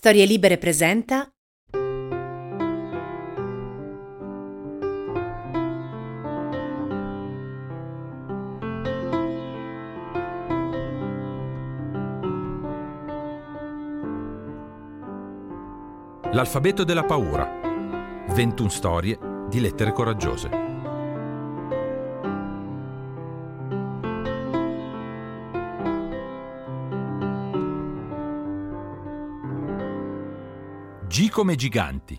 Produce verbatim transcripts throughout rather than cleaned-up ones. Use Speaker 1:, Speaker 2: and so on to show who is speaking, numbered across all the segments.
Speaker 1: Storie Libere presenta
Speaker 2: L'alfabeto della paura. ventuno storie di lettere coraggiose. G come giganti.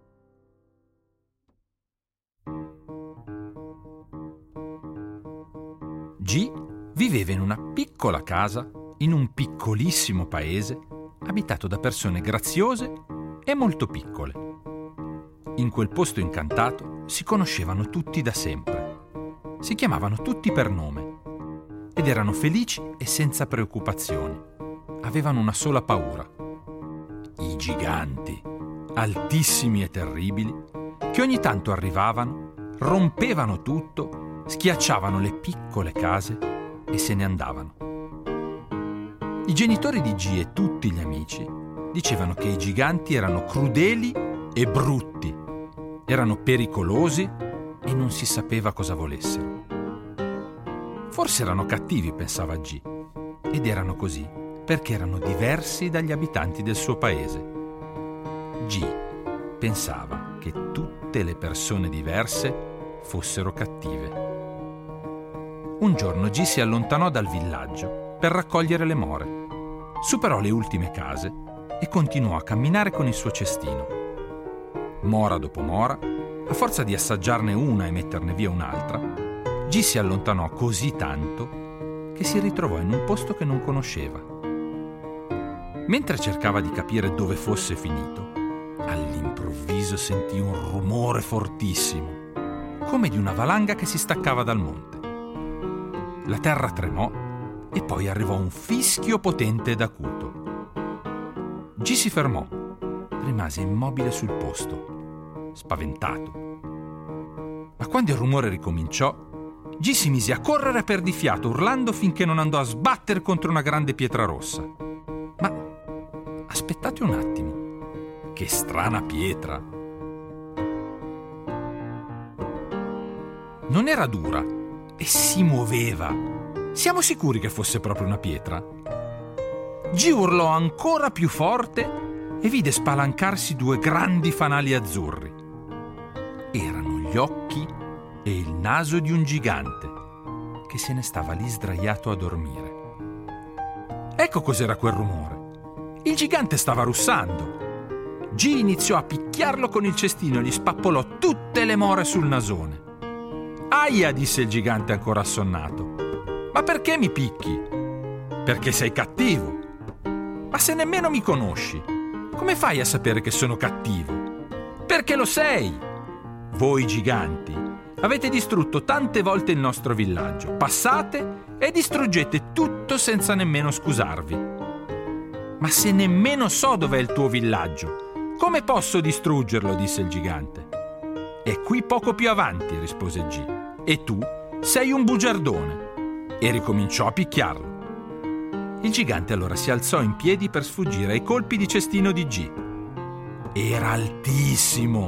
Speaker 2: G viveva in una piccola casa in un piccolissimo paese abitato da persone graziose e molto piccole. In quel posto incantato si conoscevano tutti da sempre. Si chiamavano tutti per nome ed erano felici e senza preoccupazioni. Avevano una sola paura: i giganti, altissimi e terribili, che ogni tanto arrivavano, rompevano tutto, schiacciavano le piccole case e se ne andavano. I genitori di G e tutti gli amici dicevano che i giganti erano crudeli e brutti, erano pericolosi e non si sapeva cosa volessero. Forse erano cattivi, pensava G, ed erano così perché erano diversi dagli abitanti del suo paese. G pensava che tutte le persone diverse fossero cattive. Un giorno G si allontanò dal villaggio per raccogliere le more. Superò le ultime case e continuò a camminare con il suo cestino. Mora dopo mora, a forza di assaggiarne una e metterne via un'altra, G si allontanò così tanto che si ritrovò in un posto che non conosceva. Mentre cercava di capire dove fosse finito, all'improvviso sentì un rumore fortissimo, come di una valanga che si staccava dal monte. La terra tremò e poi arrivò un fischio potente ed acuto. G si fermò, rimase immobile sul posto, spaventato. Ma quando il rumore ricominciò, G si mise a correre per di fiato, urlando finché non andò a sbattere contro una grande pietra rossa. Ma aspettate un attimo, che strana pietra! Non era dura e si muoveva. Siamo sicuri che fosse proprio una pietra? G urlò ancora più forte e vide spalancarsi due grandi fanali azzurri. Erano gli occhi e il naso di un gigante che se ne stava lì sdraiato a dormire. Ecco cos'era quel rumore. Il gigante stava russando. G iniziò a picchiarlo con il cestino e gli spappolò tutte le more sul nasone. «Aia!» disse il gigante ancora assonnato. «Ma perché mi picchi?» «Perché sei cattivo!» «Ma se nemmeno mi conosci, come fai a sapere che sono cattivo?» «Perché lo sei!» «Voi giganti avete distrutto tante volte il nostro villaggio. Passate e distruggete tutto senza nemmeno scusarvi.» «Ma se nemmeno so dov'è il tuo villaggio, come posso distruggerlo?» disse il gigante. «È qui poco più avanti», rispose G. «E tu sei un bugiardone.» E ricominciò a picchiarlo. Il gigante allora si alzò in piedi per sfuggire ai colpi di cestino di G. Era altissimo.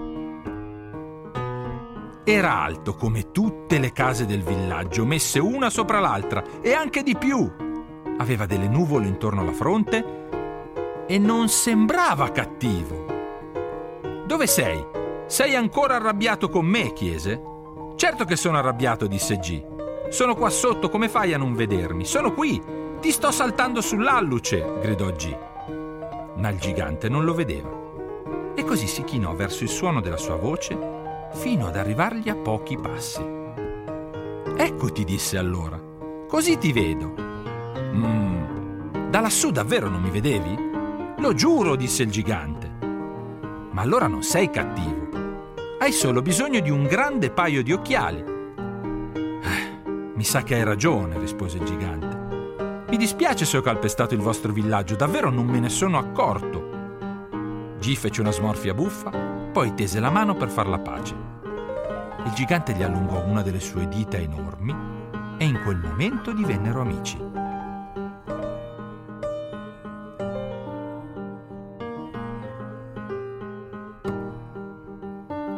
Speaker 2: Era alto come tutte le case del villaggio, messe una sopra l'altra, e anche di più. Aveva delle nuvole intorno alla fronte e non sembrava cattivo. «Dove sei? Sei ancora arrabbiato con me?» chiese. «Certo che sono arrabbiato», disse G. «Sono qua sotto, come fai a non vedermi? Sono qui, ti sto saltando sull'alluce!» gridò G. Ma il gigante non lo vedeva e così si chinò verso il suono della sua voce fino ad arrivargli a pochi passi. «Eccoti», disse allora, «così ti vedo.» «Mm, da lassù davvero non mi vedevi?» «Lo giuro», disse il gigante. «Ma allora non sei cattivo. Hai solo bisogno di un grande paio di occhiali.» «Mi sa che hai ragione», rispose il gigante. «Mi dispiace se ho calpestato il vostro villaggio, davvero non me ne sono accorto.» G fece una smorfia buffa, poi tese la mano per far la pace. Il gigante gli allungò una delle sue dita enormi e in quel momento divennero amici.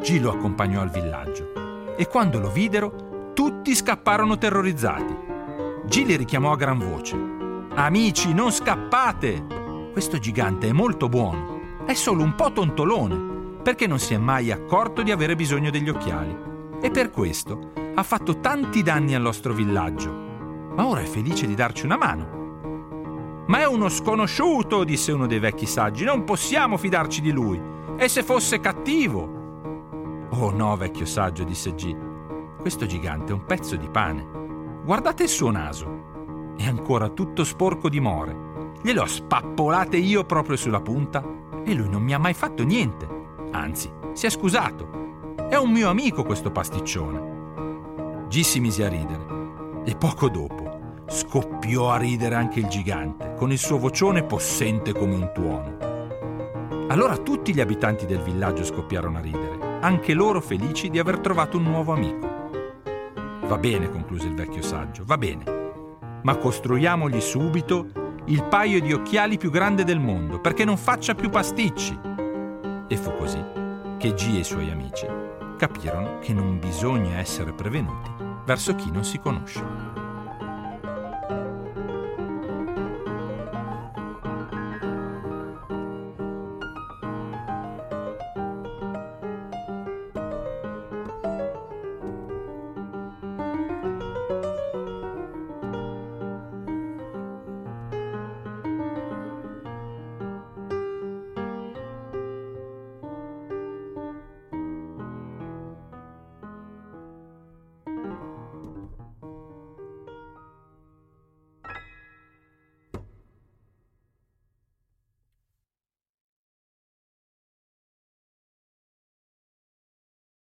Speaker 2: G lo accompagnò al villaggio e quando lo videro tutti scapparono terrorizzati. G li richiamò a gran voce. «Amici, non scappate! Questo gigante è molto buono, è solo un po' tontolone, perché non si è mai accorto di avere bisogno degli occhiali. E per questo ha fatto tanti danni al nostro villaggio. Ma ora è felice di darci una mano». «Ma è uno sconosciuto», disse uno dei vecchi saggi, «non possiamo fidarci di lui. E se fosse cattivo?» «Oh no, vecchio saggio», disse G. «Questo gigante è un pezzo di pane. Guardate il suo naso. È ancora tutto sporco di more. Glielo ho spappolate io proprio sulla punta e lui non mi ha mai fatto niente. Anzi, si è scusato. È un mio amico questo pasticcione». G si mise a ridere e poco dopo scoppiò a ridere anche il gigante con il suo vocione possente come un tuono. Allora tutti gli abitanti del villaggio scoppiarono a ridere, anche loro felici di aver trovato un nuovo amico. «Va bene», concluse il vecchio saggio, «va bene, ma costruiamogli subito il paio di occhiali più grande del mondo, perché non faccia più pasticci». E fu così che G e i suoi amici capirono che non bisogna essere prevenuti verso chi non si conosce.